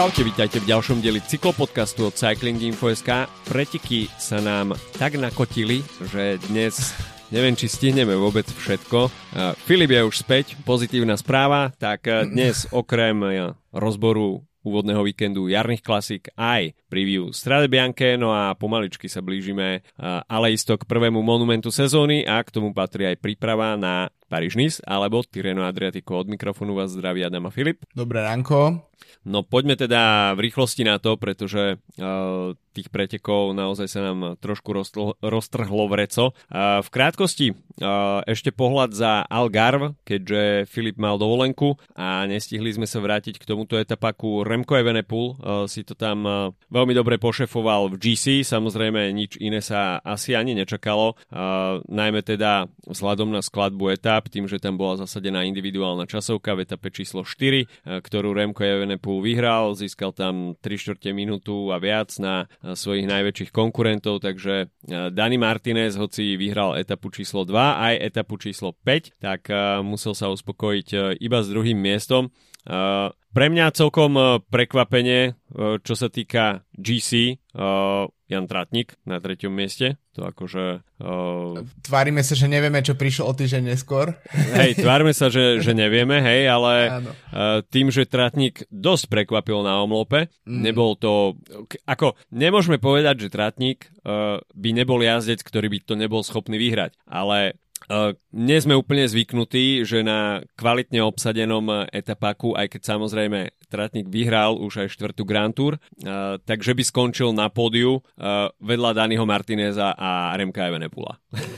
Čaute, vítajte v ďalšom dieli cyklopodcastu od Cyclinginfo.sk. Preteky sa nám tak nakotili, že dnes neviem, či stihneme vôbec všetko. Filip je už späť, pozitívna správa, tak dnes okrem rozboru úvodného víkendu jarných klasík aj preview Strade Bianche, no a pomaličky sa blížime ale isto k prvému monumentu sezóny a k tomu patrí aj príprava na Paríž-Nice alebo Tirreno Adriatico. Od mikrofónu vás zdraví Adam a Filip. Dobré ránko. No poďme teda v rýchlosti na to, pretože tých pretekov naozaj sa nám trošku roztrhlo vreco. V krátkosti ešte pohľad za Algarve, keďže Filip mal dovolenku a nestihli sme sa vrátiť k tomuto etapaku. Remco Evenepoel si to tam veľmi dobre pošefoval v GC, samozrejme nič iné sa asi ani nečakalo, najmä teda vzhľadom na skladbu etap, tým, že tam bola zasadená individuálna časovka v etape číslo 4, ktorú Remco Evenepoel vyhral, získal tam 3/4 minútu a viac na svojich najväčších konkurentov, takže Dani Martinez, hoci vyhral etapu číslo 2 aj etapu číslo 5, tak musel sa uspokojiť iba s druhým miestom. Pre mňa celkom prekvapenie, čo sa týka GC, Jan Tratnik na 3. mieste. To akože... Tvárime sa, že nevieme, čo prišlo o týždeň neskôr. Hej, tvárime sa, že nevieme, hej, ale tým, že Tratnik dosť prekvapil na omlope, nebol to... Ako, nemôžeme povedať, že Tratnik by nebol jazdec, ktorý by to nebol schopný vyhrať, ale... nie sme úplne zvyknutí, že na kvalitne obsadenom etapáku, aj keď samozrejme Tratnik vyhral už aj 4. Grand Tour, takže by skončil na pódiu vedľa Daniho Martineza a Remka Evenepoela.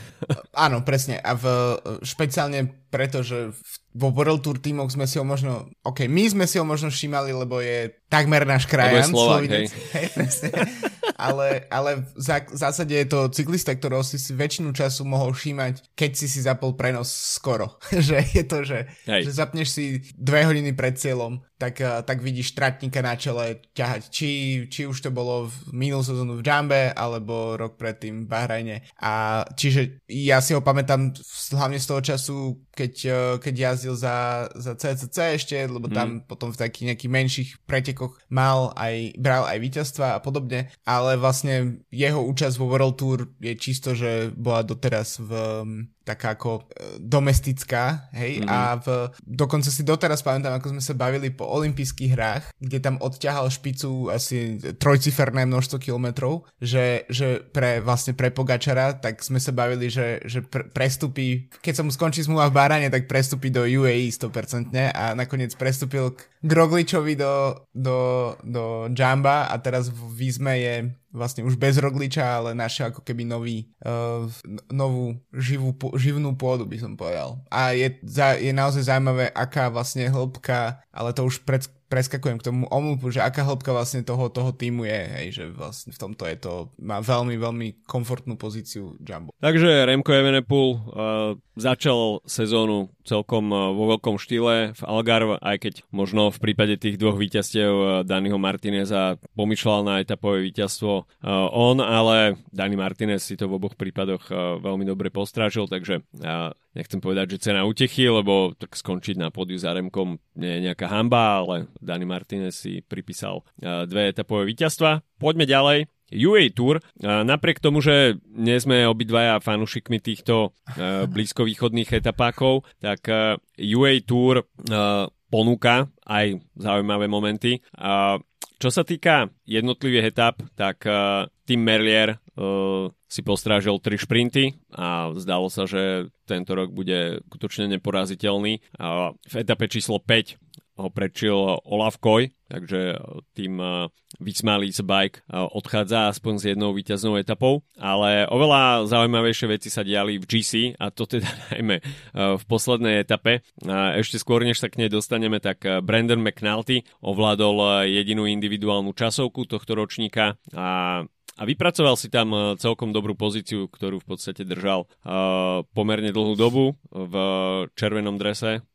Áno, presne. A špeciálne preto, že vo World Tour tímoch sme si ho možno... OK, my sme si ho možno všímali, lebo je takmer náš krajan. Slovák, hej. Hej, presne. Ale v zásade je to cyklista, ktorého si väčšinu času mohol všímať, keď si zapol prenos skoro. Že je to, že zapneš si 2 hodiny pred cieľom, tak vidíš Tratníka na čele ťahať. Či už to bolo v minulú sezónu v Jambe, alebo rok predtým v Bahrajne. A čiže ja si ho pamätám hlavne z toho času, keď jazdil za CCC ešte, lebo tam potom v takých nejakých menších pretekoch bral aj víťazstva a podobne, ale vlastne jeho účasť vo World Tour je čisto, že bola doteraz taká ako domestická, hej, a dokonca si doteraz pamätám, ako sme sa bavili po olympijských hrách, kde tam odťahal špicu asi 3-ciferné množstvo kilometrov, že pre Pogačara, tak sme sa bavili, že prestupí, keď sa mu skončí zmluva v Bahrajne, tak prestupí do UAE 100% a nakoniec prestúpil k Rogličovi do Jamba a teraz v Vizme je vlastne už bez Rogliča, ale našiel ako keby novú živnú pôdu, by som povedal. A je naozaj zaujímavé, aká vlastne hĺbka, ale to už preskakujem k tomu omlupu, že aká hĺbka vlastne toho týmu je, hej, že vlastne v tomto má veľmi, veľmi komfortnú pozíciu Jumbo. Takže Remco Evenepoel začal sezónu celkom vo veľkom štýle v Algarve, aj keď možno v prípade tých 2 víťazstiev Daniho Martineza pomýšľal na etapové víťazstvo on, ale Dani Martinez si to v oboch prípadoch veľmi dobre postrážil, takže nechcem povedať, že cena utechy, lebo tak skončiť na pódiu za Remkom nie je nejaká hanba, ale Dani Martinez si pripísal 2 etapové víťazstva. Poďme ďalej. UAE Tour, napriek tomu, že nie sme obidvaja fanúšikmi týchto blízkovýchodných etapákov, tak UAE Tour ponúka aj zaujímavé momenty. Čo sa týka jednotlivých etap, tak Tim Merlier si postrážil 3 šprinty a zdalo sa, že tento rok bude skutočne neporaziteľný. V etape číslo 5 ho prečil Olaf Koy, takže tým Visma Lease Bike odchádza aspoň s jednou víťaznou etapou, ale oveľa zaujímavejšie veci sa diali v GC a to teda najmä v poslednej etape. Ešte skôr, než sa k nej dostaneme, tak Brandon McNulty ovládol jedinú individuálnu časovku tohto ročníka a vypracoval si tam celkom dobrú pozíciu, ktorú v podstate držal pomerne dlhú dobu v červenom drese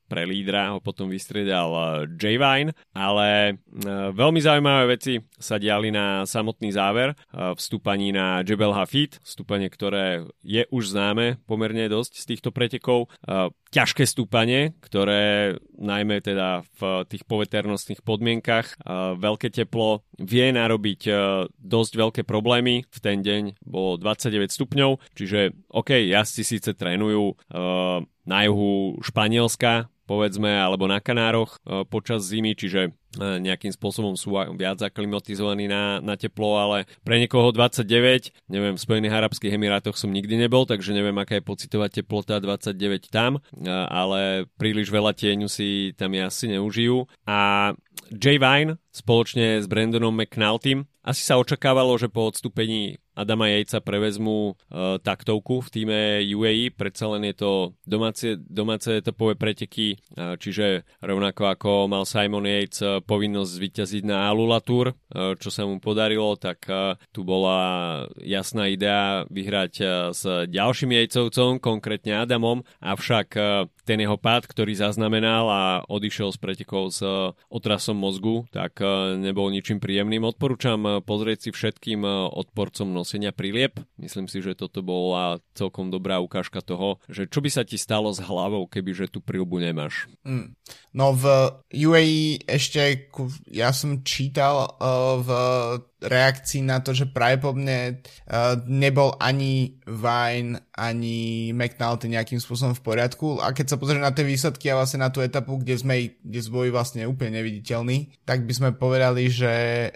pre lídra ho potom vystriedal Jay Vine, ale veľmi zaujímavé veci sa diali na samotný záver v stúpaní na Jebel Hafid, stúpanie, ktoré je už známe pomerne dosť z týchto pretekov. Ťažké stúpanie, ktoré najmä teda v tých poveternostných podmienkach, veľké teplo vie narobiť dosť veľké problémy. V ten deň bolo 29 stupňov, čiže jazdci síce trénujú na juhu Španielska, povedzme, alebo na Kanároch počas zimy, čiže nejakým spôsobom sú viac aklimatizovaní na teplo, ale pre niekoho 29, neviem, v Spojených arabských emirátoch som nikdy nebol, takže neviem, aká je pocitová teplota 29 tam, ale príliš veľa tieňu si tam asi neužijú. A Jay Vine spoločne s Brandonom McNultym, asi sa očakávalo, že po odstúpení Adama Yatesa prevezmú taktovku v týme UAE, predsa len je to domáce etapové preteky, čiže rovnako ako mal Simon Yates povinnosť zvíťaziť na Alula Tour, čo sa mu podarilo, tak tu bola jasná idea vyhrať s ďalším Yatesovcom, konkrétne Adamom, avšak ten jeho pád, ktorý zaznamenal a odišiel z pretekov s otrasom mozgu, tak nebol ničím príjemným. Odporúčam pozrieť si všetkým odporcom nosenia prilieb. Myslím si, že toto bola celkom dobrá ukážka toho, že čo by sa ti stalo s hlavou, kebyže tú prilbu nemáš. No v UAE ešte, ja som čítal v reakcii na to, že pravdepodobne nebol ani Vine, ani McNulty nejakým spôsobom v poriadku. A keď sa pozrieme na tie výsledky a vlastne na tú etapu, kde sme boli vlastne úplne neviditeľní, tak by sme povedali, že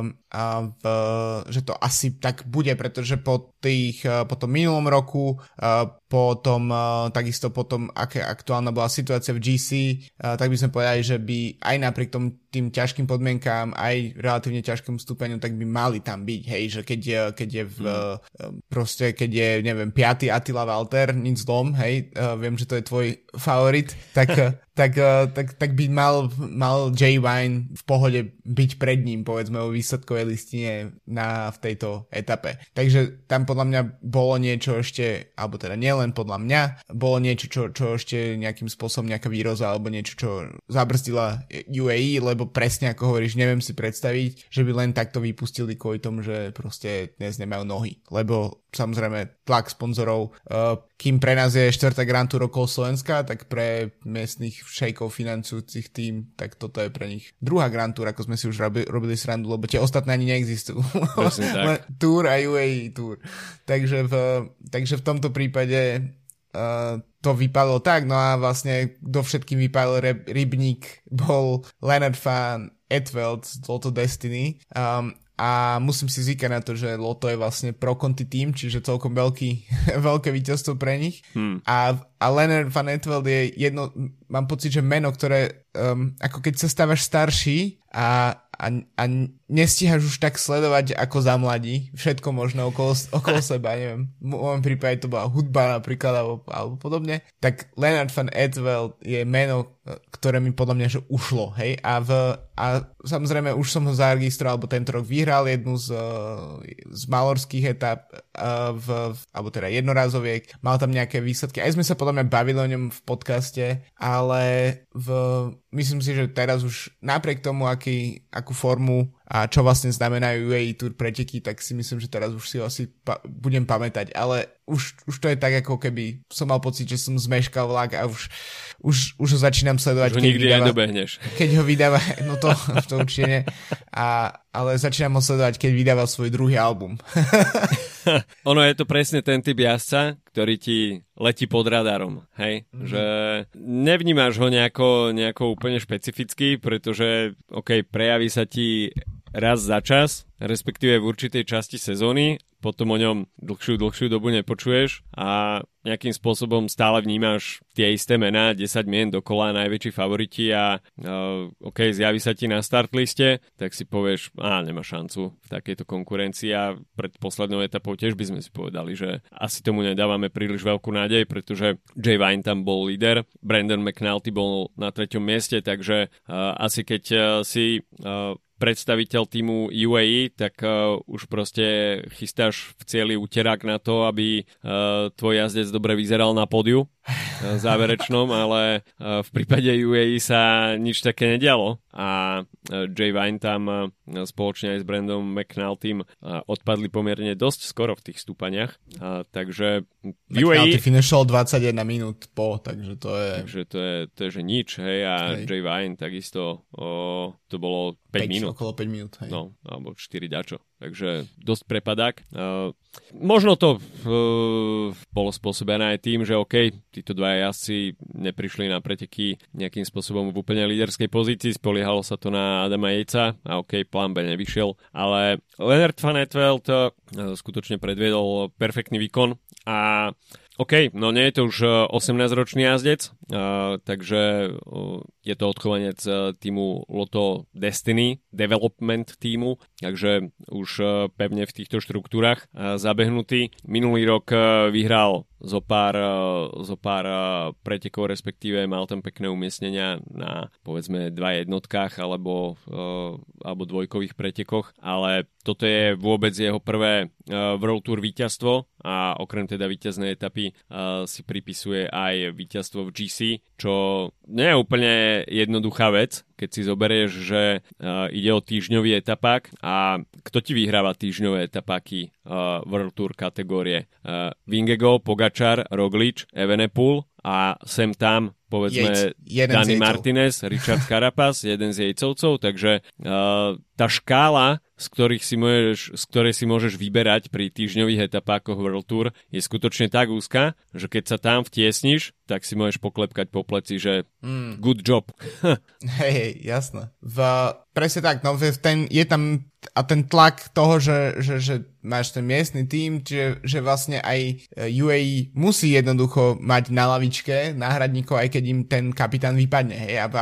to asi tak bude, pretože po tom minulom roku, takisto potom, aká aktuálna bola situácia v GC, tak by sme povedali, že by aj napriek tým ťažkým podmienkám, aj relatívne ťažkým stupeniu, tak by mali tam byť, hej, že keď je, neviem, 5. Attila Valter, nič zlom, hej, viem, že to je tvoj favorit, tak by mal Jay Vine v pohode byť pred ním, povedzme, o výsledkovej listine v tejto etape. Takže tam podľa mňa bolo niečo ešte, alebo teda nielen podľa mňa, bolo niečo, čo ešte nejakým spôsobom nejaká výroza, alebo niečo, čo zabrzdila UAE, lebo presne ako hovoríš, neviem si predstaviť, že by len takto vypustili kvôli tomu, že proste dnes nemajú nohy. Lebo samozrejme tlak sponzorov, kým pre nás je 4. Grand Tour okolo Slovenska, tak pre miestnych šejkov financujúcich tým, tak toto je pre nich 2. Grand Tour, ako sme si už robili srandu, lebo tie ostatné ani neexistujú. Tour a UAE Tour. Takže v tomto prípade to vypadalo tak, no a vlastne do všetkým vypadol rybník bol Leonard Van Etveld z Lotto Destiny, a musím si zvykať na to, že Lotto je vlastne pro Conti tým, čiže celkom veľké víťazstvo pre nich. A Leonard Van Etveld je mám pocit, že meno, ktoré ako keď sa stávaš starší a nestíhaš už tak sledovať ako za mladí, všetko možno okolo seba, neviem, v môjom prípade to bola hudba napríklad alebo podobne, tak Leonard Van Etveld je meno, ktoré mi podľa mňa že ušlo, hej, a samozrejme už som ho zaregistroval, alebo tento rok vyhral jednu z malorských etap, alebo teda jednorazoviek, mal tam nejaké výsledky, aj sme sa podľa mňa bavili o ňom v podcaste, ale myslím si, že teraz už napriek tomu, akú formu a čo vlastne znamenajú UAE Tour preteky, tak si myslím, že teraz už si ho asi budem pamätať, ale už to je tak, ako keby som mal pocit, že som zmeškal vlak a už ho začínam sledovať. Už ho nikdy nedobehneš. Keď ho vydáva, no to určite nie, ale začínam ho sledovať, keď vydáva svoj druhý album. Ono je to presne ten typ jazdca, ktorý ti letí pod radarom, hej? Že nevnímaš ho nejako úplne špecificky, pretože prejaví sa ti raz za čas, respektíve v určitej časti sezóny, potom o ňom dlhšiu dobu nepočuješ a nejakým spôsobom stále vnímaš tie isté mená, 10 mien dokola, najväčší favoriti a zjaví sa ti na start liste, tak si povieš, nemá šancu v takejto konkurencii a pred poslednou etapou tiež by sme si povedali, že asi tomu nedávame príliš veľkú nádej, pretože Jay Vine tam bol líder, Brandon McNulty bol na 3. mieste, takže asi keď si predstaviteľ týmu UAE, tak už proste chystáš v cieli úterák na to, aby tvoj jazdec dobre vyzeral na pódiu záverečnom, ale v prípade UAE sa nič také nedialo a Jay Vine tam spoločne aj s Brandom McNultym odpadli pomerne dosť skoro v tých stúpaniach, takže McNulty finišol 21 minút po, takže to je... Takže to je že nič, hej, a hej. Jay Vine takisto to bolo 5 minút. Okolo 5 minút, hej. No, alebo 4 dačo. Takže dosť prepadák. Možno to bolo spôsobené aj tým, že OK, títo dvaja jazdci neprišli na preteky nejakým spôsobom v úplne líderskej pozícii, spoliehalo sa to na Adama Yatesa a OK, plán B nevyšiel, ale Lennard Van Etveld skutočne predviedol perfektný výkon a OK, no nie je to už 18-ročný jazdec, takže je to odchovanec týmu Lotto Destiny Development týmu, takže už pevne v týchto štruktúrach zabehnutý. Minulý rok vyhral zo pár pretekov, respektíve mal tam pekné umiestnenia na povedzme 2 jednotkách alebo dvojkových pretekoch, ale toto je vôbec jeho prvé World Tour víťazstvo a okrem teda víťaznej etapy si pripisuje aj víťazstvo v GC, čo nie je úplne jednoduchá vec, keď si zoberieš, že ide o týždňový etapák a kto ti vyhráva týždňové etapáky World Tour kategórie? Vingegaard, Pogačar, Roglič, Evenepoel a sem tam povedzme Dani Martinez, Richard Carapaz, jeden z jejcovcov, takže tá škála, z ktorej si môžeš vyberať pri týždňových etapákoch World Tour, je skutočne tak úzka, že keď sa tam vtiesniš, tak si môžeš poklepkať po pleci, že good job. Hej, jasné. Presne tak, no je tam a ten tlak toho, že máš ten miestny tím, že vlastne aj UAE musí jednoducho mať na lavičke náhradníkov, aj keď im ten kapitán vypadne. Hej? A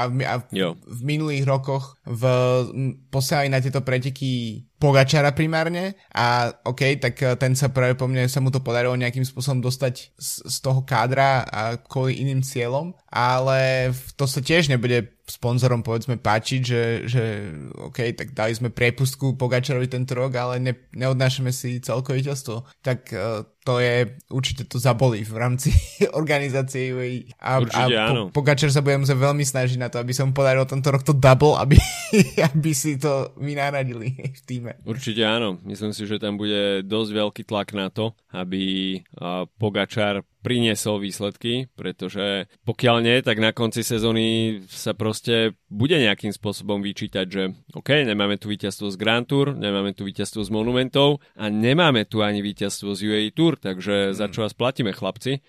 v minulých rokoch posielali na tieto preteky Pogačara primárne a OK, tak ten sa práve po mne sa mu to podarilo nejakým spôsobom dostať z toho kádra a kvôli iným cieľom, ale to sa tiež nebude sponzorom povedzme páčiť, že OK, tak dali sme priepustku Pogačarovi tento rok, ale neodnášame si celkové víťazstvo. Tak to je, určite to zabolí v rámci organizácie UAE. A Pogačar sa bude musieť veľmi snažiť na to, aby sa mu podarilo tento rok to double, aby si to vynahradili v týme. Určite áno. Myslím si, že tam bude dosť veľký tlak na to, aby Pogačar priniesol výsledky, pretože pokiaľ nie, tak na konci sezóny sa proste bude nejakým spôsobom vyčítať, že OK, nemáme tu víťazstvo z Grand Tour, nemáme tu víťazstvo z Monumentov a nemáme tu ani víťazstvo z UAE Tour, takže za čo vás platíme, chlapci?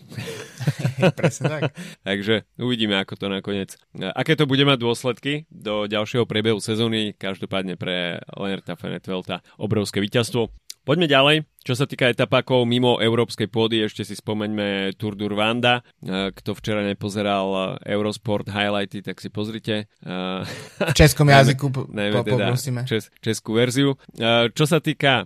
Presne tak. Takže uvidíme, ako to nakoniec. Aké to bude mať dôsledky do ďalšieho priebehu sezóny, každopádne pre Lennarta Van Etvelda obrovské víťazstvo. Poďme ďalej. Čo sa týka etapákov mimo európskej pôdy, ešte si spomeňme Tour du Rwanda. Kto včera nepozeral Eurosport highlighty, tak si pozrite. V českom jazyku poprosíme. Českú verziu. Čo sa týka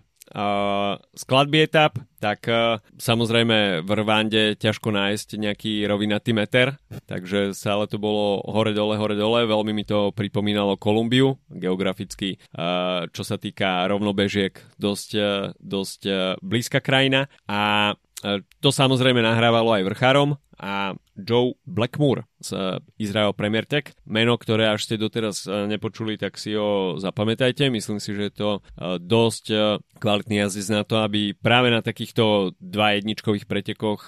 skladby etap, tak samozrejme v Rwande ťažko nájsť nejaký rovinatý meter, takže ale to bolo hore-dole, veľmi mi to pripomínalo Kolumbiu, geograficky, čo sa týka rovnobežiek, dosť blízka krajina a to samozrejme nahrávalo aj vrchárom a Joe Blackmore z Israel Premier Tech. Meno, ktoré až ste doteraz nepočuli, tak si ho zapamätajte. Myslím si, že je to dosť kvalitný jazdec na to, aby práve na takýchto 2-jedničkových pretekoch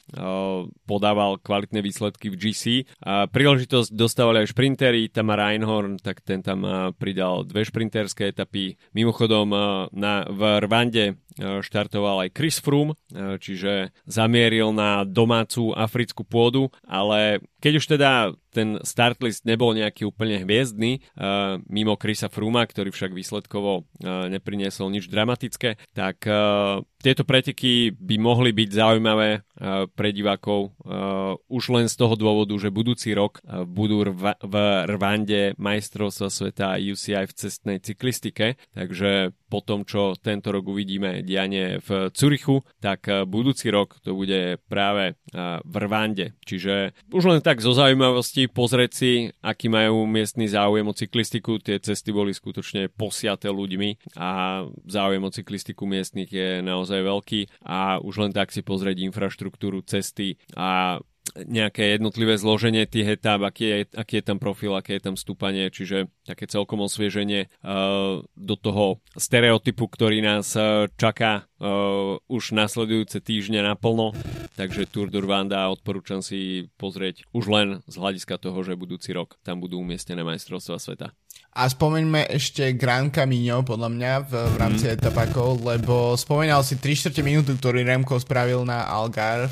podával kvalitné výsledky v GC. Príležitosť dostávali aj šprintery. Tamara Einhorn, tak ten tam pridal 2 šprinterské etapy. Mimochodom v Rwande štartoval aj Chris Froome, čiže zamieril na domácu africkú pôdu, ale keď už teda ten start list nebol nejaký úplne hviezdny, mimo Chrisa Frooma, ktorý však výsledkovo nepriniesol nič dramatické, tak tieto preteky by mohli byť zaujímavé pre divákov už len z toho dôvodu, že budúci rok budú v Rwande majstrovstvá sveta UCI v cestnej cyklistike, takže po tom, čo tento rok uvidíme dianie v Zürichu, tak budúci rok to bude práve v Rwande. Čiže už len tak zo zaujímavosti pozrieť si, aký majú miestny záujem o cyklistiku. Tie cesty boli skutočne posiaté ľuďmi a záujem o cyklistiku miestnych je naozaj veľký a už len tak si pozrieť infraštruktúru cesty a nejaké jednotlivé zloženie tých etáp, aký je tam profil, aké je tam stúpanie, čiže také celkom osvieženie do toho stereotypu, ktorý nás čaká už nasledujúce týždne naplno. Takže Tour du Rwanda odporúčam si pozrieť už len z hľadiska toho, že budúci rok tam budú umiestnené majstrovstvá sveta. A spomeňme ešte Gran Camino, podľa mňa, v rámci etapákov, lebo spomínal si 3/4 minútu, ktorý Remco spravil na Algarve.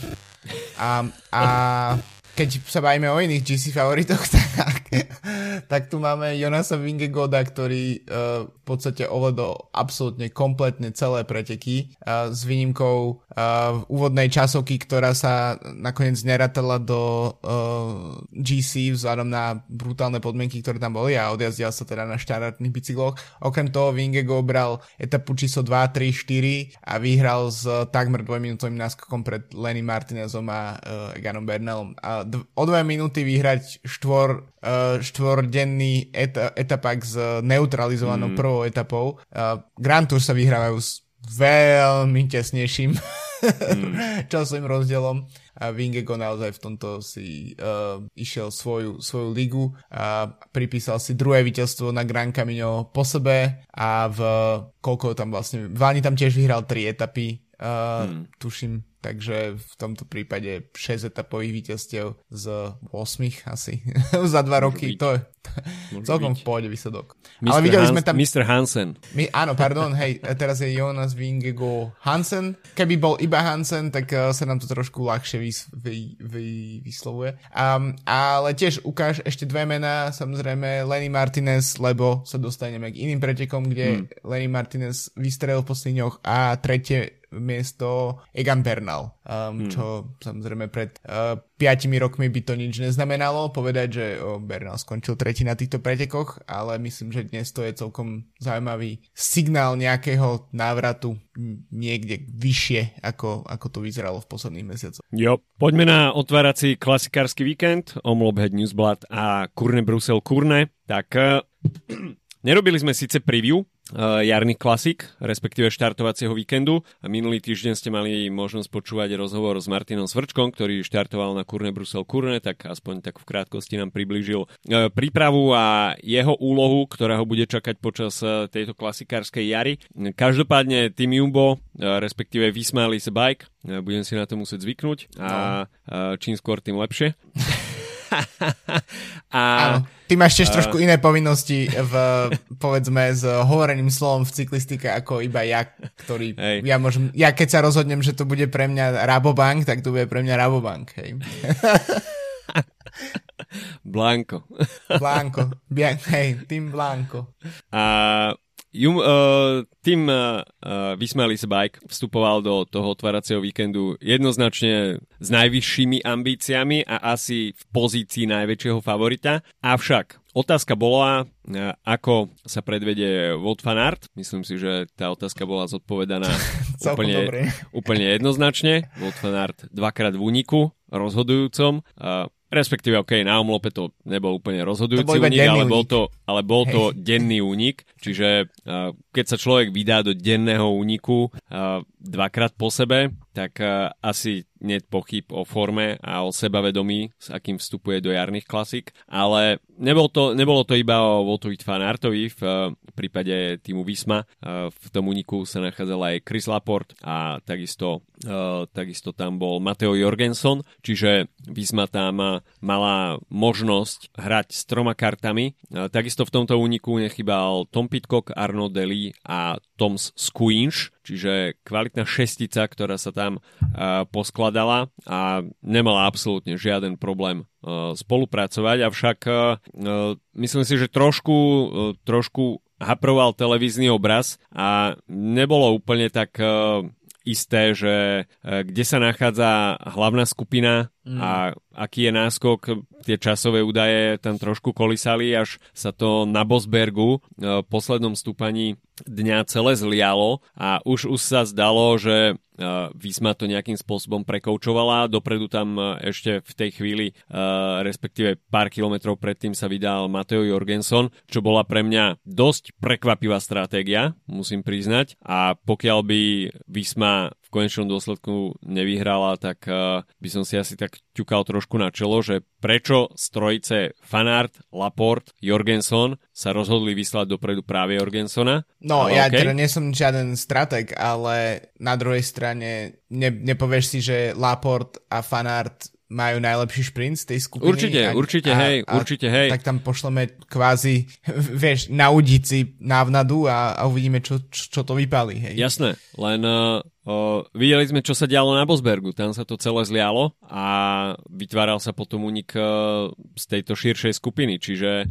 A keď sa bavíme o iných GC favoritoch, tak tu máme Jonasa Vingegaarda, ktorý v podstate ovládol absolútne kompletne celé preteky s výnimkou úvodnej časovky, ktorá sa nakoniec nerátala do GC vzhľadom na brutálne podmienky, ktoré tam boli a odjazdil sa teda na štandardných bicykloch. Okrem toho Vingegaard bral etapu číslo 2, 3, 4 a vyhral s takmer 2-minútovým náskokom pred Lenny Martinezom a Eganom Bernalom. A o 2 minúty vyhrať štvordenný etapák s neutralizovanou prvou etapou. Grand Tour sa vyhrávajú s veľmi tesnejším časovým rozdielom. Vingegaard naozaj v tomto si išiel svoju ligu a pripísal si druhé víťazstvo na Gran Camino po sebe a koľko tam vlastne Váni tam tiež vyhral 3 etapy, tuším. Takže v tomto prípade 6 etapových víťazstiev z 8 asi za 2 roky. To je celkom v pohode výsledok. Ale videli sme tam... Mr. Hansen. Áno, pardon, hej, teraz je Jonas Vingegaard Hansen. Keby bol iba Hansen, tak sa nám to trošku ľahšie vyslovuje. Ale tiež ukáž ešte 2 mená, samozrejme Lenny Martinez, lebo sa dostaneme k iným pretekom, kde Lenny Martinez vystrelil v posledných dňoch a tretie miesto Egan Bernal, čo samozrejme pred 5 rokmi by to nič neznamenalo povedať, že Bernal skončil tretí na týchto pretekoch, ale myslím, že dnes to je celkom zaujímavý signál nejakého návratu niekde vyššie, ako to vyzeralo v posledných mesiacoch. Jo, poďme na otvárací klasikársky víkend, Omloop Het Nieuwsblad a Kuurne Brusel Kuurne. Tak nerobili sme síce preview jarných klasík, respektíve štartovacieho víkendu. A minulý týždeň ste mali možnosť počúvať rozhovor s Martinom Svrčkom, ktorý štartoval na Kuurne Brusel Kuurne, tak aspoň tak v krátkosti nám priblížil prípravu a jeho úlohu, ktorá ho bude čakať počas tejto klasikárskej jary. Každopádne Team Jumbo, respektíve Visma Lease Bike, budem si na to musieť zvyknúť a čím skôr, tým lepšie. Áno, ty máš tiež trošku iné povinnosti povedzme s hovoreným slovom v cyklistike ako iba ja, ktorý ja keď sa rozhodnem, že to bude pre mňa Rabobank, tak to bude pre mňa Rabobank, hej. Blanco. Hej, Team Blanco. Tým Visma Lease Bike vstupoval do toho otváracieho víkendu jednoznačne s najvyššími ambíciami a asi v pozícii najväčšieho favorita. Avšak otázka bola, ako sa predvedie Wout van Aert. Myslím si, že tá otázka bola zodpovedaná úplne jednoznačne. Wout van Aert dvakrát v úniku rozhodujúcom. Respektíve, na Omloope to nebol úplne rozhodujúci únik, ale bol to denný únik. Čiže keď sa človek vydá do denného úniku dvakrát po sebe, tak asi nie je pochyb o forme a o sebavedomí, s akým vstupuje do jarných klasík. Ale nebolo to iba o Woutovi van Aertovi. V prípade týmu Visma v tom úniku sa nachádzal aj Chris Laporte a takisto tam bol Matteo Jorgensen, čiže Visma tam mala možnosť hrať s 3 kartami. Takisto v tomto úniku nechybal Tom Pidcock, Arnaud Dely a Toms Skuinš, čiže kvalitná šestica, ktorá sa tam poskladala a nemala absolútne žiaden problém spolupracovať, avšak myslím si, že trošku haproval televízny obraz a nebolo úplne tak isté, že kde sa nachádza hlavná skupina a aký je náskok, tie časové údaje tam trošku kolísali, až sa to na Bosbergu v poslednom stúpaní dňa celé zlialo a už sa zdalo, že Visma to nejakým spôsobom prekoučovala. Dopredu tam ešte v tej chvíli, respektíve pár kilometrov predtým sa vydal Matteo Jorgensen, čo bola pre mňa dosť prekvapivá stratégia, musím priznať. A pokiaľ by Visma v konečnom dôsledku nevyhrala, tak by som si asi tak ťukal trošku na čelo, že prečo z trojice Van Aert, Laporte, Jorgenson sa rozhodli vyslať dopredu práve Jorgensona. No, ja teda nie som žiaden stratég, ale na druhej strane nepovieš si, že Laporte a Van Aert majú najlepší šprint z tej skupiny. Určite, hej. Tak tam pošleme kvázi, vieš, naudiť si návnadu a uvidíme, čo to vypálí. Hej. Jasné, len videli sme, čo sa dialo na Bosbergu. Tam sa to celé zlialo a vytváral sa potom únik z tejto širšej skupiny. Čiže,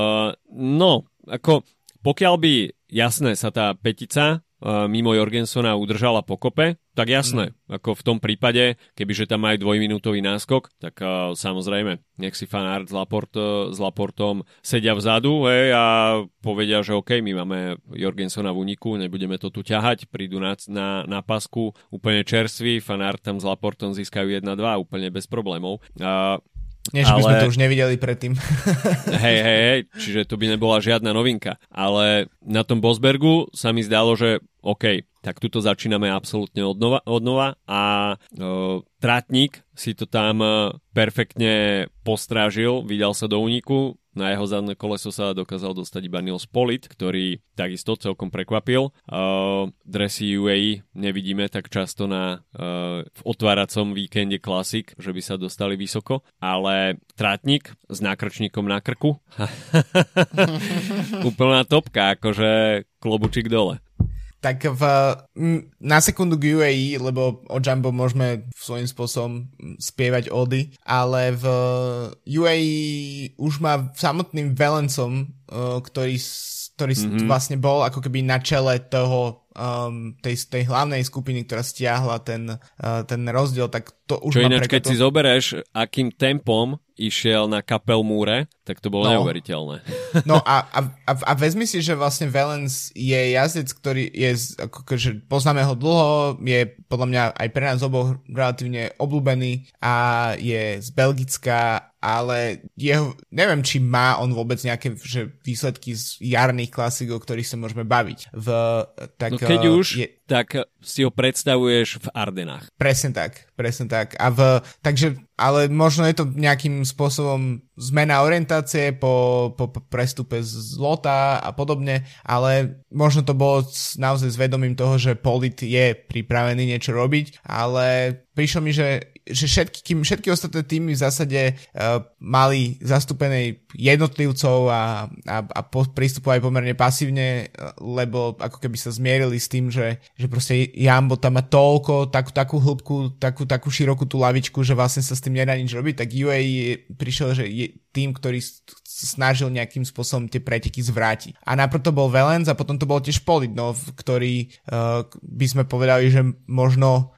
pokiaľ by, jasné, sa tá petica mimo Jorgensona udržala pokope, tak jasné, ako v tom prípade, kebyže tam majú dvojminútový náskok, tak samozrejme, nech si Van Aert s Laportom sedia vzadu a povedia, že OK, my máme Jorgensona v úniku, nebudeme to tu ťahať, prídu na pasku úplne čerství, Van Aert tam s Laportom získajú 1-2 úplne bez problémov. Než by sme to už nevideli predtým. Hej, čiže to by nebola žiadna novinka. Ale na tom Bosbergu sa mi zdalo, že OK, tak tuto začíname absolútne odnova a Tratník si to tam perfektne postrážil, vydal sa do úniku, na jeho zadné koleso sa dokázal dostať iba Nils Politt, ktorý takisto celkom prekvapil. Dresy UAE nevidíme tak často v otváracom víkende Classic, že by sa dostali vysoko, ale Tratník s nákrčníkom na krku úplná topka, akože klobučík dole. Tak na sekundu k UAE, lebo o Jumbo môžeme svojím spôsobom spievať ody, ale v UAE už má samotným Valencom, ktorý vlastne bol ako keby na čele toho tej hlavnej skupiny, ktorá stiahla ten rozdiel, tak to už čo ináč, keď si zoberieš, akým tempom išiel na Kapelmúre, tak to bolo neuveriteľné. No a vezmi si, že vlastne Valens je jazdec, ktorý je, akože poznáme ho dlho, je podľa mňa aj pre nás oboch relatívne obľúbený a je z Belgicka, ale neviem, či má on vôbec nejaké výsledky z jarných klasikov, o ktorých sa môžeme baviť. Keď už, tak si ho predstavuješ v Ardenách. Presne tak. Takže, ale možno je to nejakým spôsobom zmena orientácie po prestupe z Lota a podobne, ale možno to bolo naozaj s vedomím toho, že Politt je pripravený niečo robiť, ale prišlo mi, že všetky ostatné týmy v zásade mali zastúpené jednotlivcov a pristupovali pomerne pasívne, lebo ako keby sa zmierili s tým, že proste Jumbo tam má toľko, takú hĺbku, takú širokú tú lavičku, že vlastne sa s tým nedá nič robiť, tak UAE prišiel, že je tým, ktorý snažil nejakým spôsobom tie preteky zvrátiť. A najprv to bol Valens a potom to bol tiež Politt, ktorý by sme povedali, že možno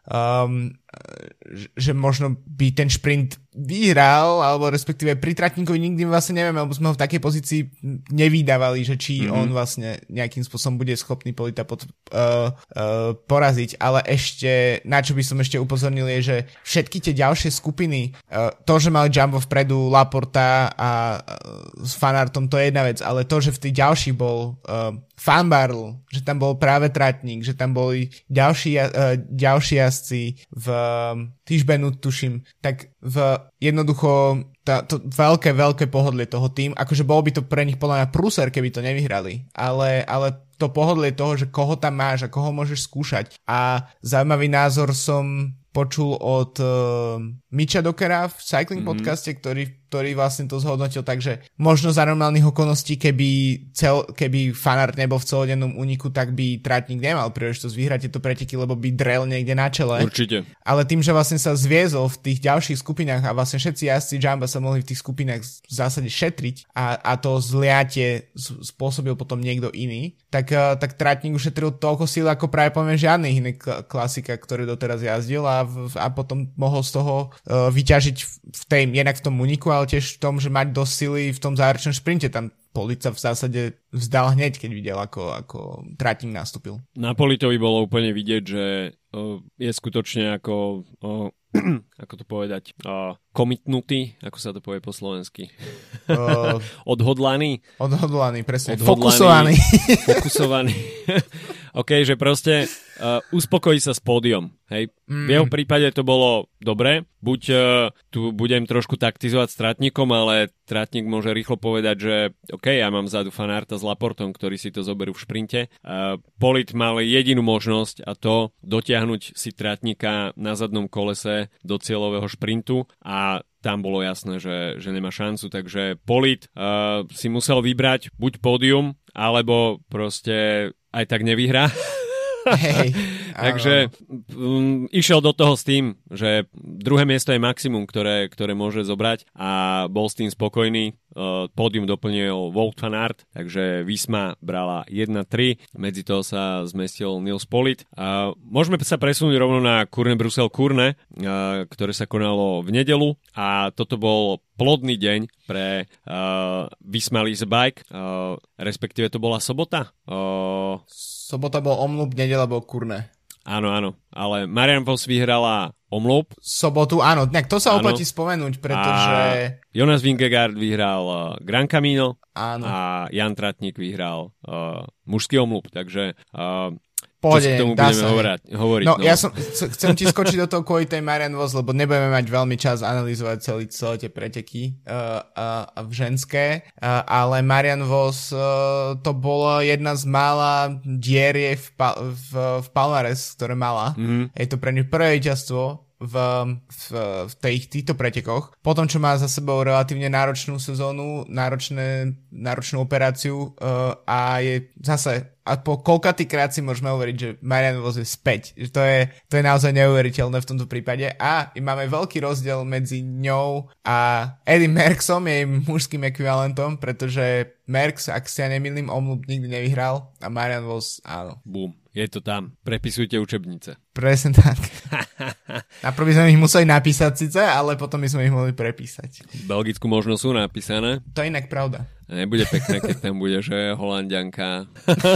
by ten šprint vyhral, alebo respektíve pri Tratníkovi nikdy vlastne nevieme, alebo sme ho v takej pozícii nevydávali, že či on vlastne nejakým spôsobom bude schopný Politta poraziť, ale ešte, na čo by som ešte upozornil je, že všetky tie ďalšie skupiny, to, že mali Jumbo vpredu Laporta a s Van Aertom, to je jedna vec, ale to, že v tých ďalších bol Van Barle, že tam bol práve Tratník, že tam boli ďalší jazdci v Tischbenu, tuším, tak jednoducho to veľké pohodlie toho tým, akože bolo by to pre nich podľa mňa prúser, keby to nevyhrali, ale to pohodlie toho, že koho tam máš a koho môžeš skúšať. A zaujímavý názor som počul od Micha Dockera v Cycling podcaste, ktorý vlastne to zhodnotil, takže možno za normálnych okolností, keby Van Aert nebol v celodennom úniku, tak by Tratník nemal príležitosť vyhrať tieto preteky, lebo by drel niekde na čele. Určite. Ale tým, že vlastne sa zviezol v tých ďalších skupinách a vlastne všetci jazdci Jumbo sa mohli v tých skupinách v zásade šetriť a to zliatie spôsobil potom niekto iný, tak Tratník ušetril toľko síl ako práve poviem žiadny iný klasika, ktorý doteraz jazdil a potom mohol z toho vyťažiť jednak v tom úniku, ale tiež v tom, že mať dosť sily v tom záverečnom šprinte. Tam Politt sa v zásade vzdal hneď, keď videl, ako Tratník nastúpil. Na Polittovi bolo úplne vidieť, že je skutočne ako to povedať, komitnutý, ako sa to povie po slovensky. Odhodlaný, presne. Fokusovaný. OK, že proste uspokojí sa s pódium. Hej. V jeho prípade to bolo dobre, buď tu budem trošku taktizovať s trátnikom, ale trátnik môže rýchlo povedať, že OK, ja mám vzadu Fanarta s Laportom, ktorí si to zoberú v šprinte. Polit mal jedinú možnosť a to dotiahnuť si trátnika na zadnom kolese do cieľového šprintu a tam bolo jasné, že nemá šancu, takže Polit si musel vybrať buď pódium, alebo proste aj tak nevyhrá. Hej, takže išiel do toho s tým, že druhé miesto je maximum, ktoré môže zobrať a bol s tým spokojný. Pódium doplnil Wout van Aert, takže Visma brala 1-3, medzi toho sa zmestil Nils Polit. Môžeme sa presunúť rovno na Kuurne-Bruxelles-Kuurne, ktoré sa konalo v nedeľu a toto bol plodný deň pre Visma Lease Bike, respektíve to bola sobota. Sobota bol Omloop, nedeľa bol Kuurne. Áno, ale Marianne Vos vyhrala Omloop. Sobotu, áno, to sa oplatí spomenúť, pretože... Jonas Vingegaard vyhral Gran Camino áno. A Jan Tratník vyhral mužský Omloop, takže... Pohode, čo si k tomu budeme hovoriť. No, ja chcem ti skočiť do toho kvôli tej Marianne Vos, lebo nebudeme mať veľmi čas analyzovať celé tie preteky v ženské, ale Marianne Vos to bola jedna z mála dier v Palmares, ktoré mala. Je to pre ňu prvé víťazstvo v týchto pretekoch. Potom, čo má za sebou relatívne náročnú sezónu, náročnú operáciu a je zase a po koľkatýkrát si môžeme hovoriť, že Marianne Vos je späť. To je naozaj neuveriteľné v tomto prípade. A máme veľký rozdiel medzi ňou a Eddy Merckxom, jej mužským ekvivalentom, pretože Merckx, ak si ja nemýlim, Omloop nikdy nevyhral a Marianne Vos áno. Bum. Je to tam. Prepisujte učebnice. Presne tak. Najprv by sme ich museli napísať síce, ale potom by sme ich mohli prepísať. V Belgicku možno sú napísané. To je inak pravda. Nebude pekné, keď tam bude, že Holanďanka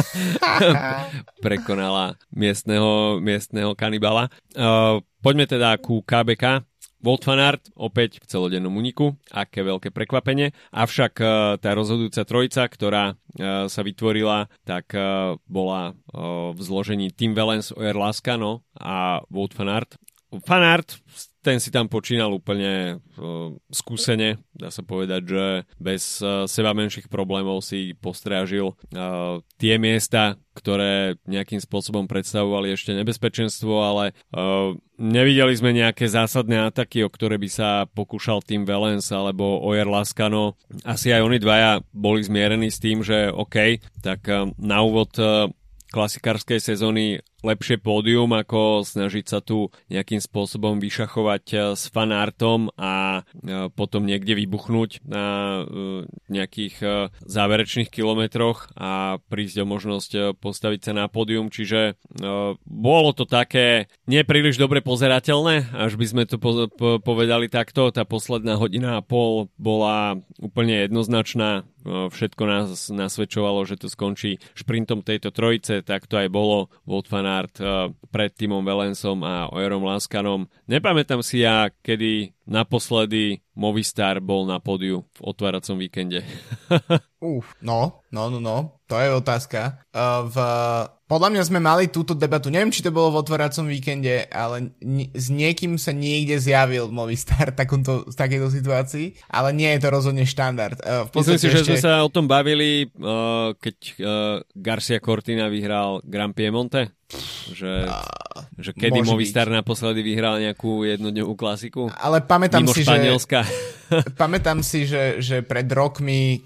prekonala miestneho kanibala. Poďme teda ku KBK. Wout van Aert opäť v celodennom úniku, aké veľké prekvapenie, avšak tá rozhodujúca trojica, ktorá sa vytvorila, tak bola v zložení Tim Wellens, Ogier Lascano a Wout van Aert. Van Aert, ten si tam počínal úplne skúsene, dá sa povedať, že bez seba menších problémov si postrážil tie miesta, ktoré nejakým spôsobom predstavovali ešte nebezpečenstvo, ale nevideli sme nejaké zásadné ataky, o ktoré by sa pokúšal Tim Wellens alebo Ogier Lascano. Asi aj oni dvaja boli zmierení s tým, že OK, tak na úvod klasikárskej sezóny lepšie pódium, ako snažiť sa tu nejakým spôsobom vyšachovať s Van Aertom a potom niekde vybuchnúť na nejakých záverečných kilometroch a prísť o možnosť postaviť sa na pódium, čiže bolo to také nepríliš dobre pozerateľné, až by sme to povedali takto. Tá posledná hodina a pol bola úplne jednoznačná. Všetko nás nasvedčovalo, že to skončí šprintom tejto trojice, tak to aj bolo. Wout van Aert pred Timom Wellensom a Ogierom Lascanom. Nepamätám si ja, kedy naposledy Movistar bol na pódiu v otváracom víkende. No, to je otázka. Podľa mňa sme mali túto debatu, neviem, či to bolo v otváracom víkende, ale s niekým sa niekde zjavil Movistar v takejto situácii, ale nie je to rozhodne štandard. Myslím si, že sme sa o tom bavili, keď Garcia Cortina vyhral Grand Piemonte. Že kedy Movistar naposledy vyhral nejakú jednodňovú klasiku? Ale pamätám mimo si, Španielska. Pamätám si, že pred rokmi,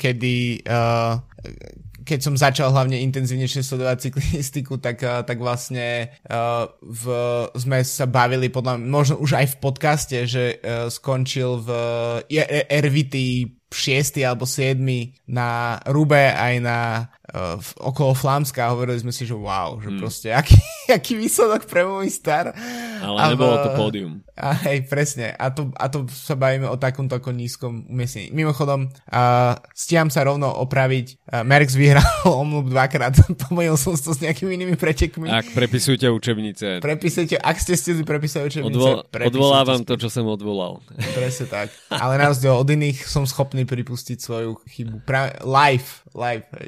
keď som začal hlavne intenzívnejšie sledovať cyklistiku, tak vlastne sme sa bavili možno už aj v podcaste, že skončil v RVT 6. alebo 7. na Rube aj na okolo Flámska a hovorili sme si, že wow, že proste aký výsledok pre Movistar. Ale nebolo to pódium. Hej, presne. A to sa bavíme o takomto nízkom umiestnení. Mimochodom, stíham sa rovno opraviť. Merckx vyhral Omloop 2-krát. Pomojil som to s nejakými inými pretekmi. Ak prepisujte učebnice. Ak ste si prepísali učebnice. Odvolávam to, čo som odvolal. Presne tak. Ale na rozdiel od iných som schopný pripustiť svoju chybu. Live.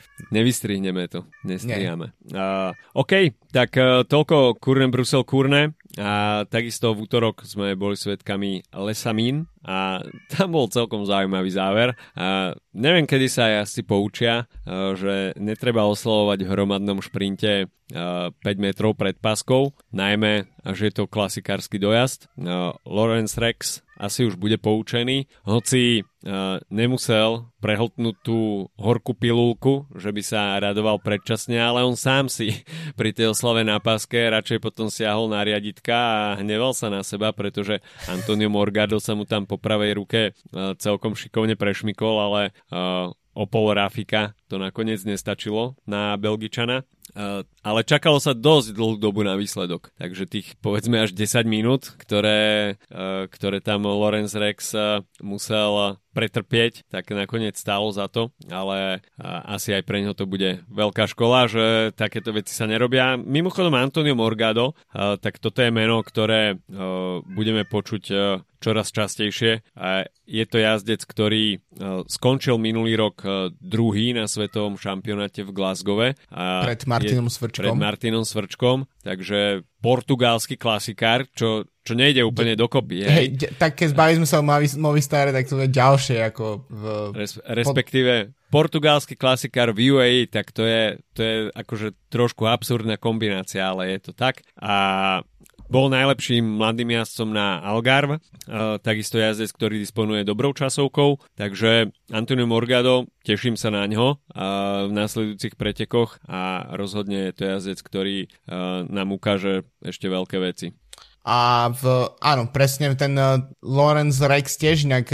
Nevystrihneme to, nestriháme. OK, tak toľko Kurne Brusel Kurne a takisto v útorok sme boli svedkami Les Amis a tam bol celkom zaujímavý záver. Neviem, kedy sa jazdci poučia, že netreba oslovovať v hromadnom šprinte 5 metrov pred paskou, najmä, že je to klasikársky dojazd. Lawrence Rex asi už bude poučený, hoci nemusel prehltnúť tú horkú pilulku, že by sa radoval predčasne, ale on sám si pri tej oslave na páske radšej potom siahol na riaditka a hneval sa na seba, pretože Antonio Morgado sa mu tam po pravej ruke celkom šikovne prešmykol, ale o pol Rafika to nakoniec nestačilo na Belgičana. Ale čakalo sa dosť dlhú dobu na výsledok. Takže tých povedzme až 10 minút, ktoré tam Lawrence Rex musel pretrpieť, tak nakoniec stálo za to, ale asi aj pre neho to bude veľká škola, že takéto veci sa nerobia. Mimochodom Antonio Morgado, tak toto je meno, ktoré budeme počuť čoraz častejšie. Je to jazdec, ktorý skončil minulý rok druhý na svetovom šampionáte v Glasgowe. Pred Martinom Svrčkom. Takže portugalský klasikár, čo nejde úplne dokopy. Tak keď zbavili sme sa o Movistare, tak to je ďalšie ako respektíve portugalský klasikár v UAE, tak to je akože trošku absurdná kombinácia, ale je to tak. A bol najlepším mladým jazdcom na Algarve, takisto jazdec, ktorý disponuje dobrou časovkou, takže Antonio Morgado, teším sa na ňo v následujúcich pretekoch a rozhodne je to jazdec, ktorý nám ukáže ešte veľké veci. A áno, presne ten Lawrence Rex tiež nejak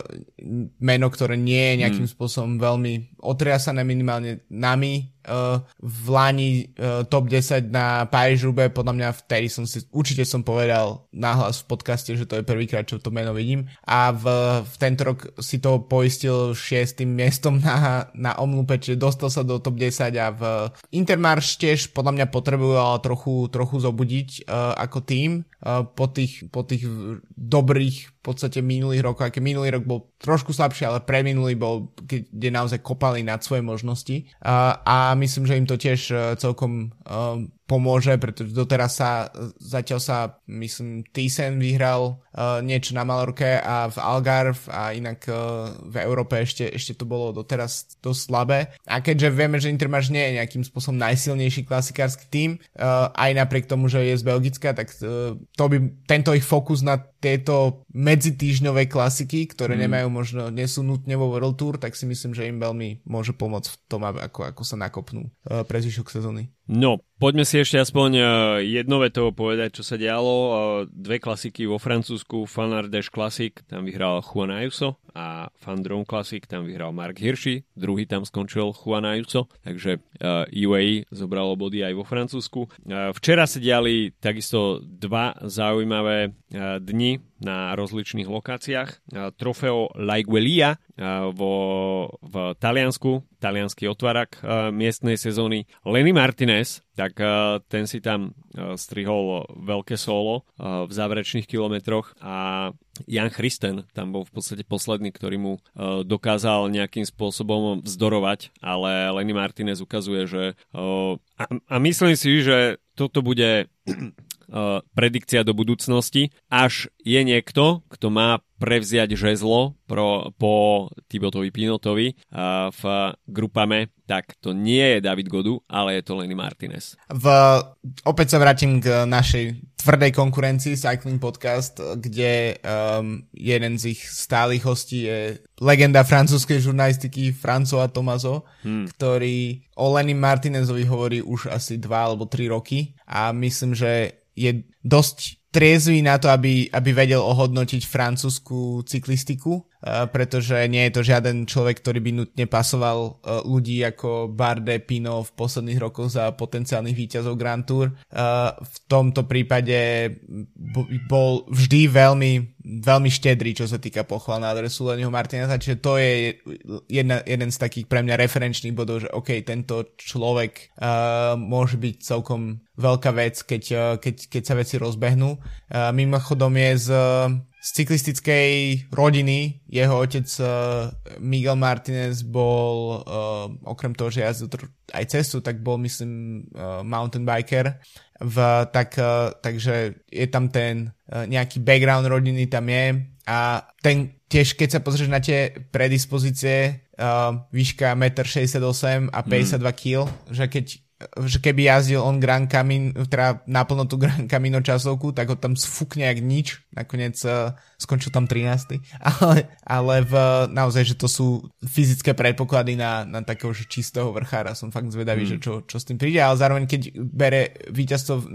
meno, ktoré nie je nejakým spôsobom veľmi otriasané minimálne nami. V Lani top 10 na Paríž-Roubaix, podľa mňa vtedy určite som povedal nahlas v podcaste, že to je prvýkrát, čo to meno vidím. A v tento rok si to poistil 6. miestom na omlupe, čiže dostal sa do top 10 a v Intermarché tiež podľa mňa potreboval trochu zobudiť ako tým po tých dobrých v podstate minulých rokoch, aj keď minulý rok bol trošku slabší, ale preminulý bol, kde naozaj kopali nad svoje možnosti. A myslím, že im to tiež celkom pomôže, pretože doteraz zatiaľ sa, myslím, Thyssen vyhral niečo na Malorke a v Algarve a inak v Európe ešte to bolo doteraz dosť slabé. A keďže vieme, že Intermarché nie je nejakým spôsobom najsilnejší klasikársky tím, aj napriek tomu, že je z Belgicka, tak tento ich fokus na tieto medzitýždňové klasiky, ktoré nie sú nutne vo World Tour, tak si myslím, že im veľmi môže pomôcť v tom, ako sa nakopnú pre zvyšok sezóny. No, poďme si ešte aspoň jednovetovo povedať, čo sa dialo. Dve klasiky vo Francúzsku, Van Ardèche Classic, tam vyhral Juan Ayuso a Van Drong Classic, tam vyhral Mark Hirschi, druhý tam skončil Juan Ayuso, takže UAE zobralo body aj vo Francúzsku. Včera sa diali takisto dva zaujímavé dni na rozličných lokáciách. Trofeo Laiguelia v Taliansku, taliansky otvárak miestnej sezóny. Lenny Martinez, tak ten si tam strihol veľké solo v záverečných kilometroch a Jan Christen tam bol v podstate posledný, ktorý mu dokázal nejakým spôsobom vzdorovať, ale Lenny Martinez ukazuje, že a myslím si, že toto bude predikcia do budúcnosti, až je niekto, kto má prevziať žezlo po Thibaut Pinotovi v Grupame, tak to nie je David Gaudu, ale je to Lenny Martinez. Opäť sa vrátim k našej tvrdej konkurencii Cycling Podcast, kde jeden z ich stálych hostí je legenda francúzskej žurnalistiky François Thomazeau, ktorý o Lenny Martinezovi hovorí už asi 2 alebo 3 roky a myslím, že je dosť triezvy na to, aby vedel ohodnotiť francúzsku cyklistiku, pretože nie je to žiaden človek, ktorý by nutne pasoval ľudí ako Bardet, Pinot v posledných rokoch za potenciálnych víťazov Grand Tour. V tomto prípade bol vždy veľmi veľmi štedrý, čo sa týka pochvál na adresu Lennyho Martineza, čiže to je jeden z takých pre mňa referenčných bodov, že OK, tento človek môže byť celkom veľká vec, keď sa veci rozbehnú. Mimochodom je z cyklistickej rodiny, jeho otec Miguel Martinez bol okrem toho, že jazdil aj cestu, tak bol myslím mountain biker, takže je tam ten nejaký background rodiny tam je a ten tiež keď sa pozrieš na tie predispozície, výška 1,68 m a 52 kg, že keby jazdil on Gran Camino, teda naplno tú Gran Camino časovku, tak ho tam sfúkne jak nič. Nakoniec skončil tam 13. Ale naozaj, že to sú fyzické predpoklady na takého čistého vrchára. Som fakt zvedavý, že čo s tým príde, ale zároveň keď bere víťazstvo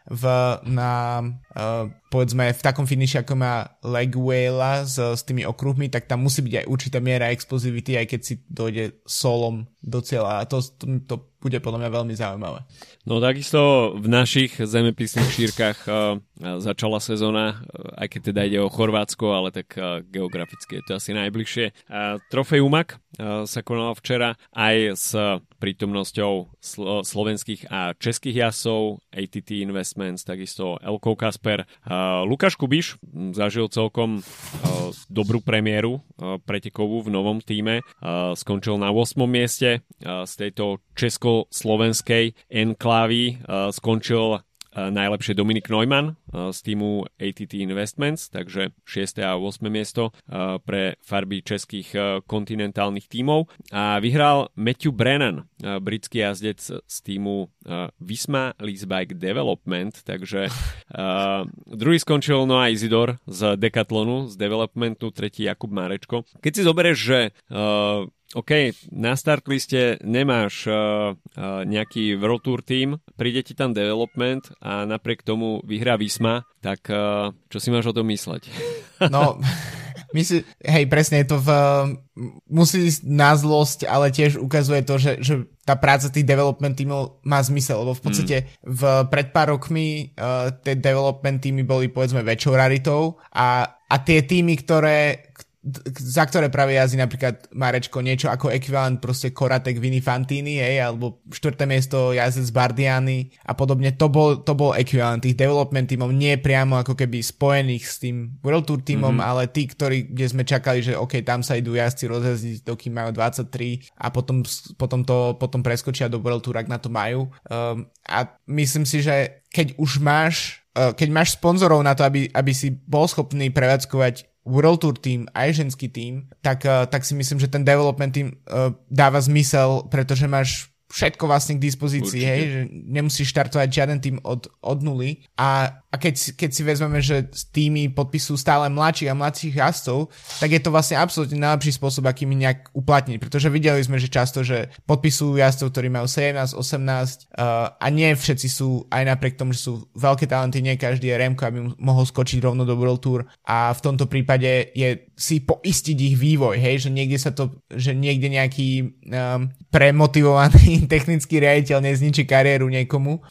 povedzme v takom finiši, ako má Leguela s tými okruhmi, tak tam musí byť aj určitá miera explozivity, aj keď si dojde solom do cieľa. A to bude podľa mňa veľmi zaujímavé. No takisto v našich zemepisných šírkach začala sezóna, aj keď teda ide o Chorvátsko, ale tak geograficky je to asi najbližšie. Trofej Umag sa konala včera aj s prítomnosťou slovenských a českých jazdcov, ATT Investments, takisto Elko Kasper. Lukáš Kubiš zažil celkom dobrú premiéru pretekovú v novom tíme. Skončil na 8. mieste. Z tejto československej enklávy skončil najlepšie Dominik Neumann z týmu ATT Investments, takže 6. a 8. miesto pre farby českých kontinentálnych tímov a vyhral Matthew Brennan, britský jazdec z týmu Visma Leasebike Development, takže druhý skončil Noah Isidore z Decathlonu, z Developmentu, tretí Jakub Márečko. Keď si zoberieš, že OK, na start liste nemáš nejaký World Tour team, príde ti tam development a napriek tomu vyhrá Visma, tak čo si máš o tom mysleť? No, presne, je to musí ísť na zlosť, ale tiež ukazuje to, že tá práca tých development tímov má zmysel, lebo v podstate pred pár rokmi tie development tímy boli povedzme väčšou raritou a tie tímy, za ktoré práve jazdí napríklad Marečko, niečo ako ekvivalent proste Koratek Vini Fantini, alebo 4. miesto jazdec Bardiani a podobne, to bol ekvivalent tých development tímov, nie priamo ako keby spojených s tým World Tour tímom, ale tí, kde sme čakali, že OK, tam sa idú jazdci rozjazdiť, dokým majú 23 a potom preskočia do World Tour, ak na to majú. A myslím si, že keď máš sponzorov na to, aby si bol schopný prevádzkovať World Tour tým, aj ženský tým, tak si myslím, že ten development tým dáva zmysel, pretože máš všetko vlastne k dispozícii, hej, že nemusíš štartovať žiaden tým od nuly a keď si vezmeme, že týmy podpisujú stále mladších a mladších jazdcov, tak je to vlastne absolútne najlepší spôsob, akým nejak uplatniť, pretože videli sme, že často, že podpisujú jazdcov, ktorí majú 17, 18 a nie všetci sú, aj napriek tomu, že sú veľké talenty, nie každý je Remko, aby mohol skočiť rovno do World Tour a v tomto prípade je si poistiť ich vývoj, hej, že niekde nejaký premotivovaný technický riaditeľ nezničí kariéru niekomu,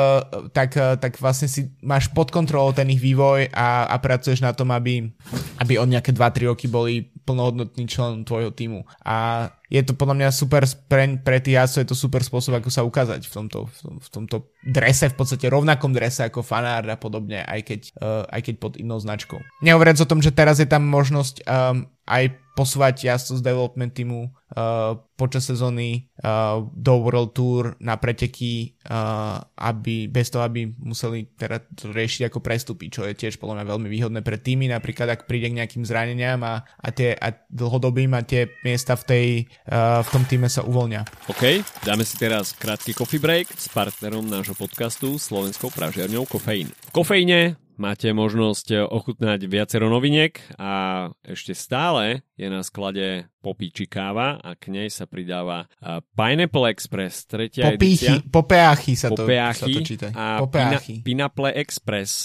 tak vlastne si máš pod kontrolou ten ich vývoj a pracuješ na tom, aby on nejaké 2-3 roky boli plnohodnotný člen tvojho týmu. A je to podľa mňa super pre tých jazdcov, je to super spôsob, ako sa ukázať v tomto drese, v podstate rovnakom drese ako Fanart a podobne, aj keď pod inou značkou. Nehovoriac o tom, že teraz je tam možnosť aj posúvať jazdcov z development týmu počas sezóny do World Tour na preteky, bez toho, aby museli teda to riešiť ako prestupy, čo je tiež podľa mňa veľmi výhodné pre týmy, napríklad ak príde k nejakým zraneniam a dlhodobým a tie miesta v tom týme sa uvoľnia. OK, dáme si teraz krátky coffee break s partnerom nášho podcastu slovenskou pražiarňou Kofeín. V Kofeíne máte možnosť ochutnať viacero noviniek a ešte stále je na sklade popíči káva a k nej sa pridáva Pineapple Express, tretia edícia. Popeachy sa to číta. A Pineapple Express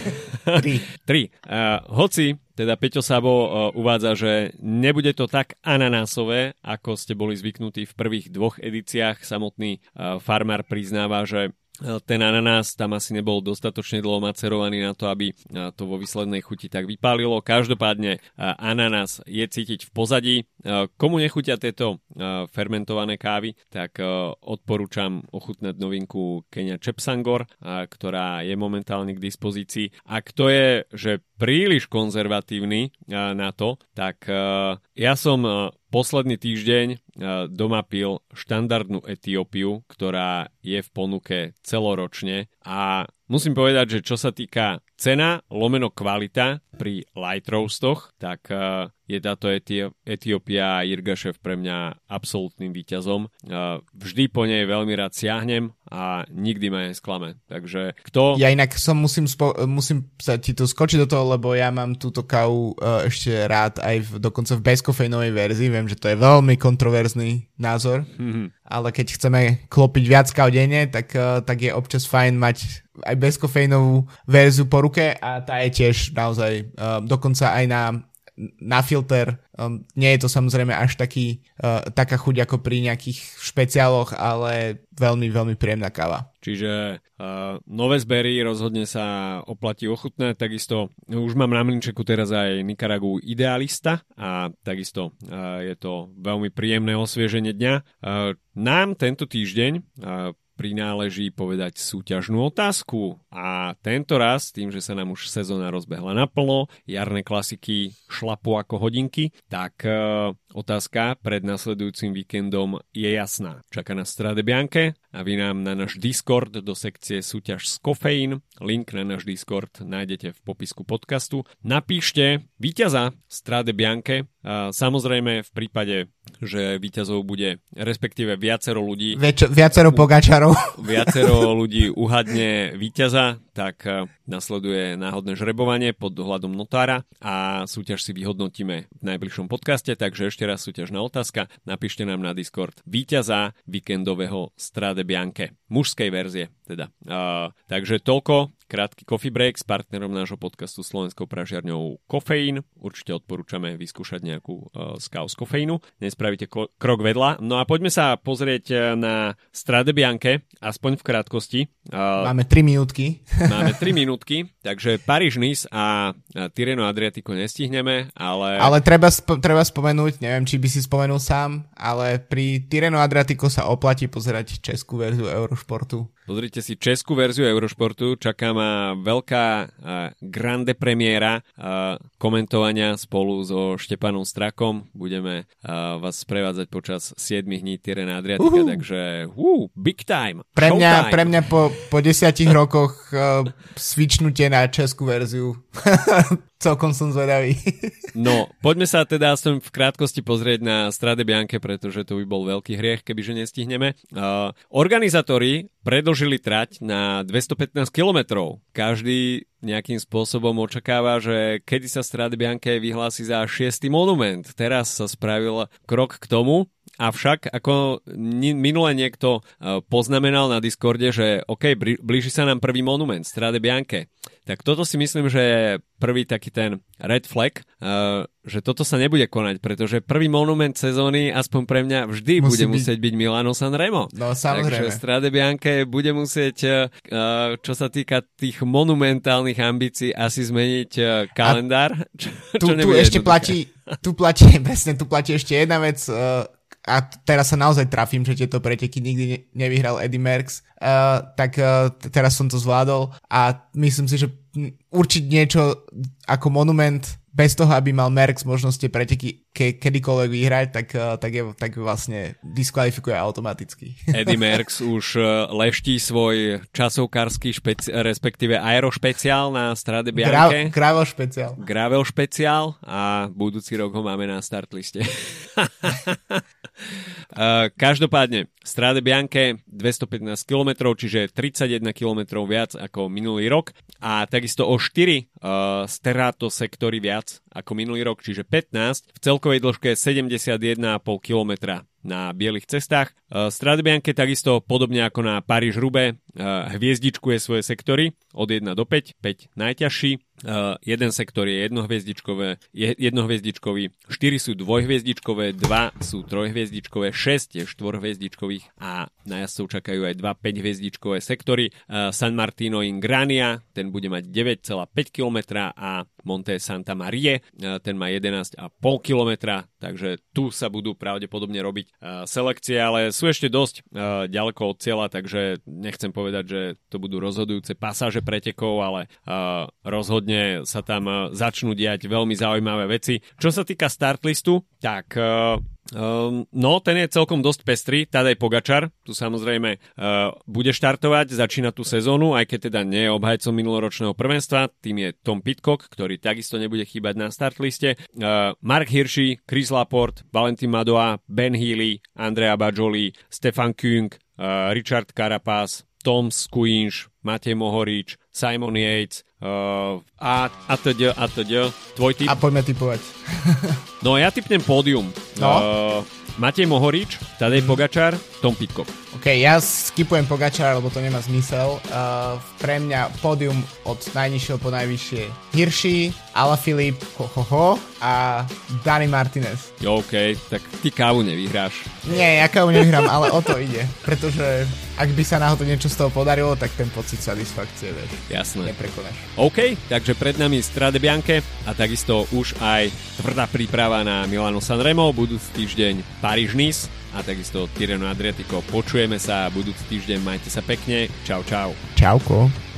3. Hoci teda Peťo Sabo uvádza, že nebude to tak ananásové, ako ste boli zvyknutí v prvých 2 edíciách. Samotný farmár priznáva, že ten ananás tam asi nebol dostatočne dlho macerovaný na to, aby to vo výslednej chuti tak vypálilo. Každopádne ananás je cítiť v pozadí. Komu nechutia tieto fermentované kávy, tak odporúčam ochutnať novinku Kenia Chepsangor, ktorá je momentálne k dispozícii. Ak to je, že príliš konzervatívny na to, tak ja som posledný týždeň doma pil štandardnú Etiópiu, ktorá je v ponuke celoročne a musím povedať, že čo sa týka cena lomeno kvalita pri light roastoch, tak je táto Etiópia Yirgacheffe pre mňa absolútnym víťazom. Vždy po nej veľmi rád siahnem a nikdy ma nesklame. Takže kto... Ja inak musím sa ti tu skočiť do toho, lebo ja mám túto kávu ešte rád aj dokonca v bezkofejnovej verzii. Viem, že to je veľmi kontroverzný názor, ale keď chceme klopiť viac káv denne, tak je občas fajn mať aj bezkofejnovú verziu po ruke a tá je tiež naozaj dokonca aj na filter. Nie je to samozrejme až taká chuť ako pri nejakých špeciáloch, ale veľmi, veľmi príjemná káva. Čiže nové zbery rozhodne sa oplatí ochutnať. Takisto už mám na mlynčeku teraz aj Nicaragu Idealista a takisto je to veľmi príjemné osvieženie dňa. Nám tento týždeň prináleží povedať súťažnú otázku a tento raz, tým, že sa nám už sezóna rozbehla naplno, jarné klasiky šlapu ako hodinky, tak otázka pred nasledujúcim víkendom je jasná. Čaká na Strade Bianche a vy nám na náš Discord do sekcie súťaž z kofeín, link na náš Discord nájdete v popisku podcastu. Napíšte víťaza Strade Bianche, samozrejme v prípade, že víťazov bude respektíve viacero ľudí. Viacero pogačarov. Viacero ľudí uhadne víťaza, tak nasleduje náhodné žrebovanie pod dohľadom notára a súťaž si vyhodnotíme v najbližšom podcaste, takže ešte raz súťažná otázka. Napíšte nám na Discord víťaza víkendového Strade Bianche. Mužskej verzie teda. Takže toľko. Krátky coffee break s partnerom nášho podcastu Slovenskou pražiarňou Kofeín. Určite odporúčame vyskúšať nejakú z káv z kofeínu. Nespravíte krok vedľa. No a poďme sa pozrieť na Strade Bianche, aspoň v krátkosti. Máme 3 minútky. Máme 3 minútky, takže Paríž-Nice a Tirreno Adriatico nestihneme, ale... Ale treba spomenúť, neviem, či by si spomenul sám, ale pri Tirreno Adriatico sa oplatí pozerať českú verziu Eurošportu. Pozrite si českú verziu Eurošportu, čaká ma veľká grande premiéra komentovania spolu so Štepanom Strakom. Budeme vás sprevádzať počas 7 dní Tirrena Adriatica, takže big time. Pre mňa po 10 rokoch switchnutie na českú verziu. Celkom som zvedavý. No, poďme sa teda aspoň v krátkosti pozrieť na Strade Bianche, pretože to by bol veľký hriech, kebyže nestihneme. Organizátori predĺžili trať na 215 kilometrov. Každý nejakým spôsobom očakáva, že kedy sa Strade Bianche vyhlási za 6. monument. Teraz sa spravil krok k tomu, avšak ako minule niekto poznamenal na Discorde, že OK, blíži sa nám prvý monument, Strade Bianche. Tak toto si myslím, že je prvý taký ten red flag, že toto sa nebude konať, pretože prvý monument sezóny, aspoň pre mňa, vždy bude musieť byť Milano Sanremo. No samozrejme. Takže Strade Bianche bude musieť, čo sa týka tých monumentálnych ambícií, asi zmeniť kalendár. Tu ešte platí, tu platí ešte jedna vec, a teraz sa naozaj trafím, že tieto preteky nikdy nevyhral Eddy Merckx, tak teraz som to zvládol a myslím si, že určiť niečo ako monument bez toho, aby mal Merckx možnosť tie preteky kedykoľvek vyhrať, tak vlastne diskvalifikuje automaticky. Eddy Merckx už leští svoj časovkársky respektíve aerošpeciál na Strade Bianche. Gravel špeciál a budúci rok ho máme na start liste. Každopádne Strade Bianche 215 km, čiže 31 km viac ako minulý rok a takisto o 4 Sterato sektory viac ako minulý rok, čiže 15, v celkovej dĺžke 71,5 km. na bielých cestách. Strade Bianche takisto podobne ako na Paríž-Roubaix hviezdičkuje svoje sektory od 1 do 5, 5 najťažší. Jeden sektor je jednohviezdičkový, 4 sú dvojhviezdičkové, 2 sú trojhviezdičkové, 6 je štvorhviezdičkových a na jazdcov čakajú aj 2 5-hviezdičkové sektory. San Martino in Grania, ten bude mať 9,5 km a Monte Santa Maria, ten má 11,5 km, takže tu sa budú pravdepodobne robiť selekcie, ale sú ešte dosť ďaleko od cieľa, takže nechcem povedať, že to budú rozhodujúce pasáže pretekov, ale rozhodne sa tam začnú diať veľmi zaujímavé veci. Čo sa týka startlistu, tak no, ten je celkom dosť pestrý. Tadej Pogačar tu samozrejme bude štartovať, začína tú sezónu, aj keď teda nie je obhajcom minuloročného prvenstva. Tým je Tom Pidcock, ktorý takisto nebude chýbať na startliste. Mark Hirschi, Chris Laporte, Valentin Madoa, Ben Healy, Andrea Bajoli, Stefan Küng, Richard Carapaz, Tom Skuinš, Matej Mohorič, Simon Yates a teď. Tvoj tip? A poďme tipovať. No ja tipnem pódium. No. Matej Mohorič, Tadej Pogačar, Tom Pidcock. OK, ja skipujem Pogačara, lebo to nemá zmysel. Pre mňa pódium od najnižšieho po najvyššie Hirschi, Alaphilippe, a Dani Martinez. Jo, OK, tak ty kávu nevyhráš. Nie, ja kávu nevyhrám, ale o to ide. Pretože ak by sa náhodou niečo z toho podarilo, tak ten pocit satisfakcie, vieš. Jasné. Neprekonáš. OK, takže pred nami Strade Bianche a takisto už aj tvrdá príprava na Milano Sanremo, budúci týždeň Paríž-Nice a takisto Tirreno Adriatico. Počujeme sa budúci týždeň, majte sa pekne. Čau, čau. Čauko.